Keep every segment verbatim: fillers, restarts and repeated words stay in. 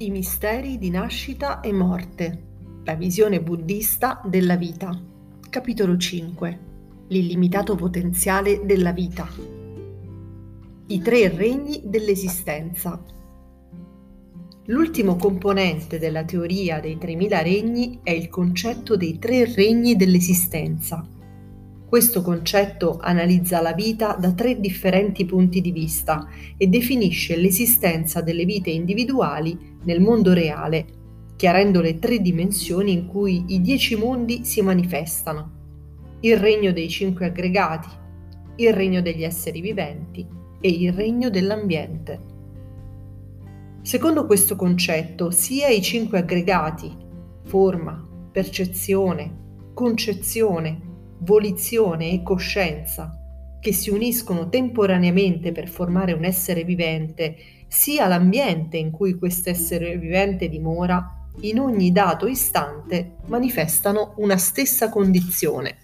I misteri di nascita e morte. La visione buddista della vita. Capitolo cinque. L'illimitato potenziale della vita. I tre regni dell'esistenza. L'ultimo componente della teoria dei tremila regni è il concetto dei tre regni dell'esistenza. Questo concetto analizza la vita da tre differenti punti di vista e definisce l'esistenza delle vite individuali nel mondo reale, chiarendo le tre dimensioni in cui i dieci mondi si manifestano: il regno dei cinque aggregati, il regno degli esseri viventi e il regno dell'ambiente. Secondo questo concetto, sia i cinque aggregati, forma, percezione, concezione, volizione e coscienza, che si uniscono temporaneamente per formare un essere vivente, sia l'ambiente in cui questo essere vivente dimora, in ogni dato istante manifestano una stessa condizione.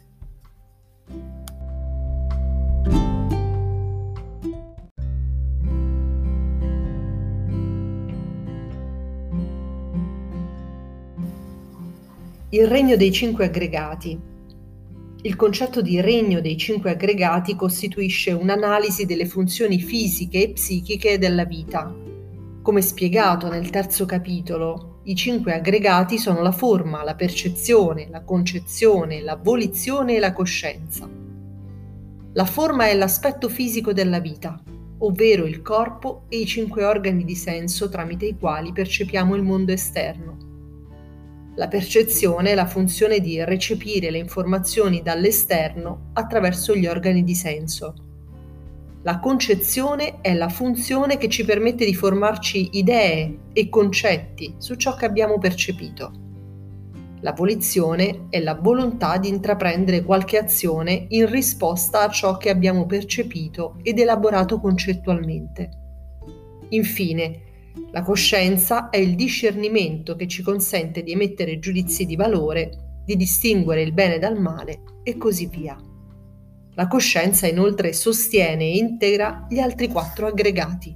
Il regno dei cinque aggregati. Il concetto di regno dei cinque aggregati costituisce un'analisi delle funzioni fisiche e psichiche della vita. Come spiegato nel terzo capitolo, i cinque aggregati sono la forma, la percezione, la concezione, la volizione e la coscienza. La forma è l'aspetto fisico della vita, ovvero il corpo e i cinque organi di senso tramite i quali percepiamo il mondo esterno. La percezione è la funzione di recepire le informazioni dall'esterno attraverso gli organi di senso. La concezione è la funzione che ci permette di formarci idee e concetti su ciò che abbiamo percepito. La volizione è la volontà di intraprendere qualche azione in risposta a ciò che abbiamo percepito ed elaborato concettualmente. Infine, la coscienza è il discernimento che ci consente di emettere giudizi di valore, di distinguere il bene dal male e così via. La coscienza inoltre sostiene e integra gli altri quattro aggregati.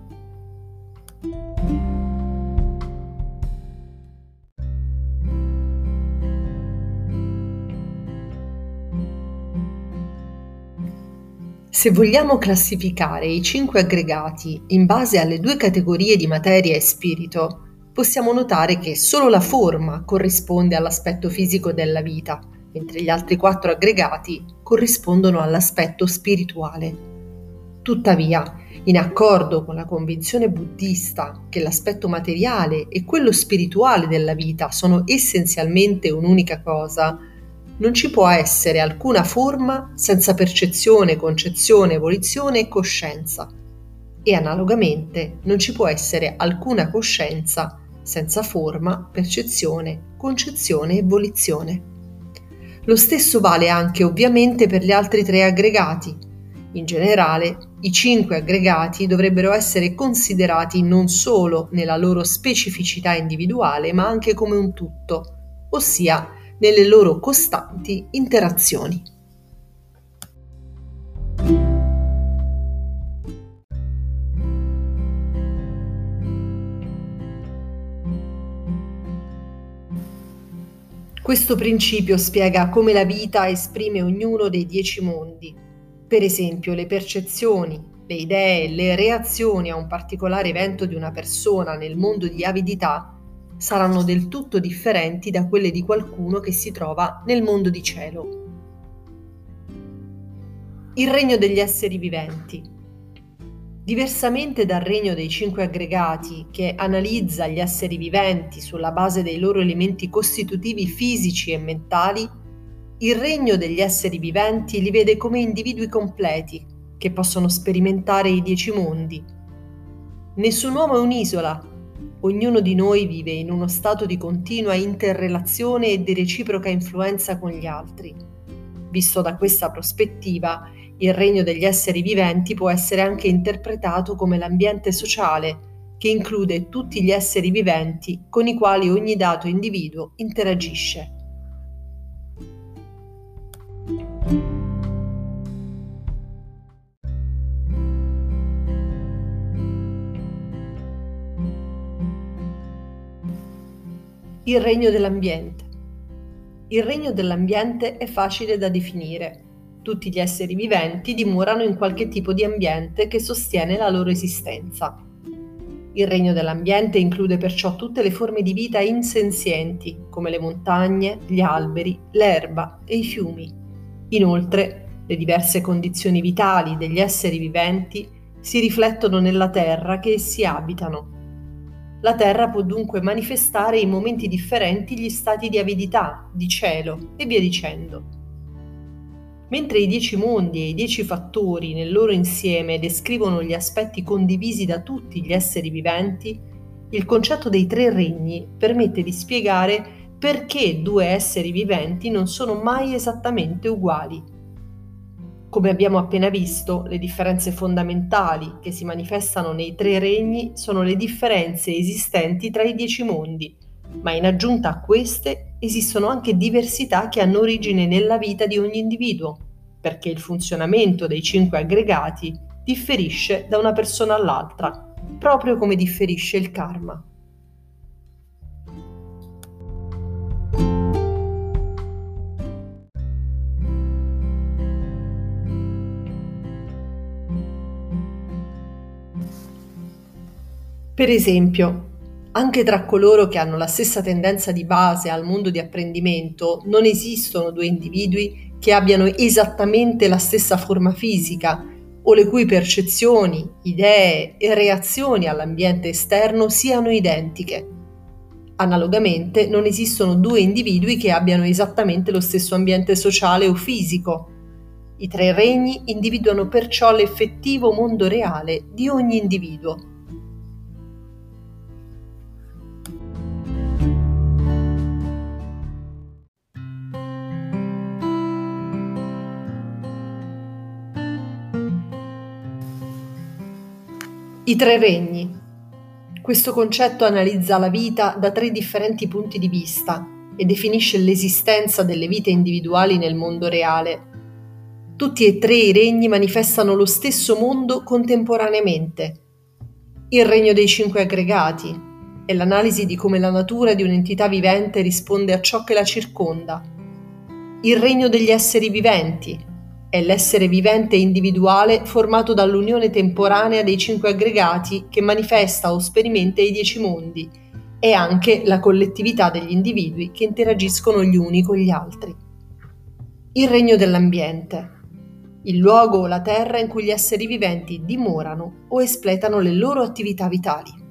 Se vogliamo classificare i cinque aggregati in base alle due categorie di materia e spirito, possiamo notare che solo la forma corrisponde all'aspetto fisico della vita, mentre gli altri quattro aggregati corrispondono all'aspetto spirituale. Tuttavia, in accordo con la convinzione buddista che l'aspetto materiale e quello spirituale della vita sono essenzialmente un'unica cosa, non ci può essere alcuna forma senza percezione, concezione, volizione e coscienza. E analogamente non ci può essere alcuna coscienza senza forma, percezione, concezione e volizione. Lo stesso vale anche ovviamente per gli altri tre aggregati. In generale, i cinque aggregati dovrebbero essere considerati non solo nella loro specificità individuale, ma anche come un tutto, ossia nelle loro costanti interazioni. Questo principio spiega come la vita esprime ognuno dei dieci mondi. Per esempio, le percezioni, le idee, le reazioni a un particolare evento di una persona nel mondo di avidità saranno del tutto differenti da quelle di qualcuno che si trova nel mondo di cielo. Il regno degli esseri viventi. Diversamente dal regno dei cinque aggregati, che analizza gli esseri viventi sulla base dei loro elementi costitutivi fisici e mentali, il regno degli esseri viventi li vede come individui completi, che possono sperimentare i dieci mondi. Nessun uomo è un'isola. Ognuno di noi vive in uno stato di continua interrelazione e di reciproca influenza con gli altri. Visto da questa prospettiva, il regno degli esseri viventi può essere anche interpretato come l'ambiente sociale, che include tutti gli esseri viventi con i quali ogni dato individuo interagisce. Il regno dell'ambiente. Il regno dell'ambiente è facile da definire. Tutti gli esseri viventi dimorano in qualche tipo di ambiente che sostiene la loro esistenza. Il regno dell'ambiente include perciò tutte le forme di vita insenzienti, come le montagne, gli alberi, l'erba e i fiumi. Inoltre, le diverse condizioni vitali degli esseri viventi si riflettono nella terra che essi abitano. La terra può dunque manifestare in momenti differenti gli stati di avidità, di cielo e via dicendo. Mentre i dieci mondi e i dieci fattori nel loro insieme descrivono gli aspetti condivisi da tutti gli esseri viventi, il concetto dei tre regni permette di spiegare perché due esseri viventi non sono mai esattamente uguali. Come abbiamo appena visto, le differenze fondamentali che si manifestano nei tre regni sono le differenze esistenti tra i dieci mondi, ma in aggiunta a queste esistono anche diversità che hanno origine nella vita di ogni individuo, perché il funzionamento dei cinque aggregati differisce da una persona all'altra, proprio come differisce il karma. Per esempio, anche tra coloro che hanno la stessa tendenza di base al mondo di apprendimento, non esistono due individui che abbiano esattamente la stessa forma fisica o le cui percezioni, idee e reazioni all'ambiente esterno siano identiche. Analogamente, non esistono due individui che abbiano esattamente lo stesso ambiente sociale o fisico. I tre regni individuano perciò l'effettivo mondo reale di ogni individuo. I tre regni. Questo concetto analizza la vita da tre differenti punti di vista e definisce l'esistenza delle vite individuali nel mondo reale. Tutti e tre i regni manifestano lo stesso mondo contemporaneamente. Il regno dei cinque aggregati è l'analisi di come la natura di un'entità vivente risponde a ciò che la circonda. Il regno degli esseri viventi è l'essere vivente individuale formato dall'unione temporanea dei cinque aggregati che manifesta o sperimenta i dieci mondi e anche la collettività degli individui che interagiscono gli uni con gli altri. Il regno dell'ambiente, il luogo o la terra in cui gli esseri viventi dimorano o espletano le loro attività vitali.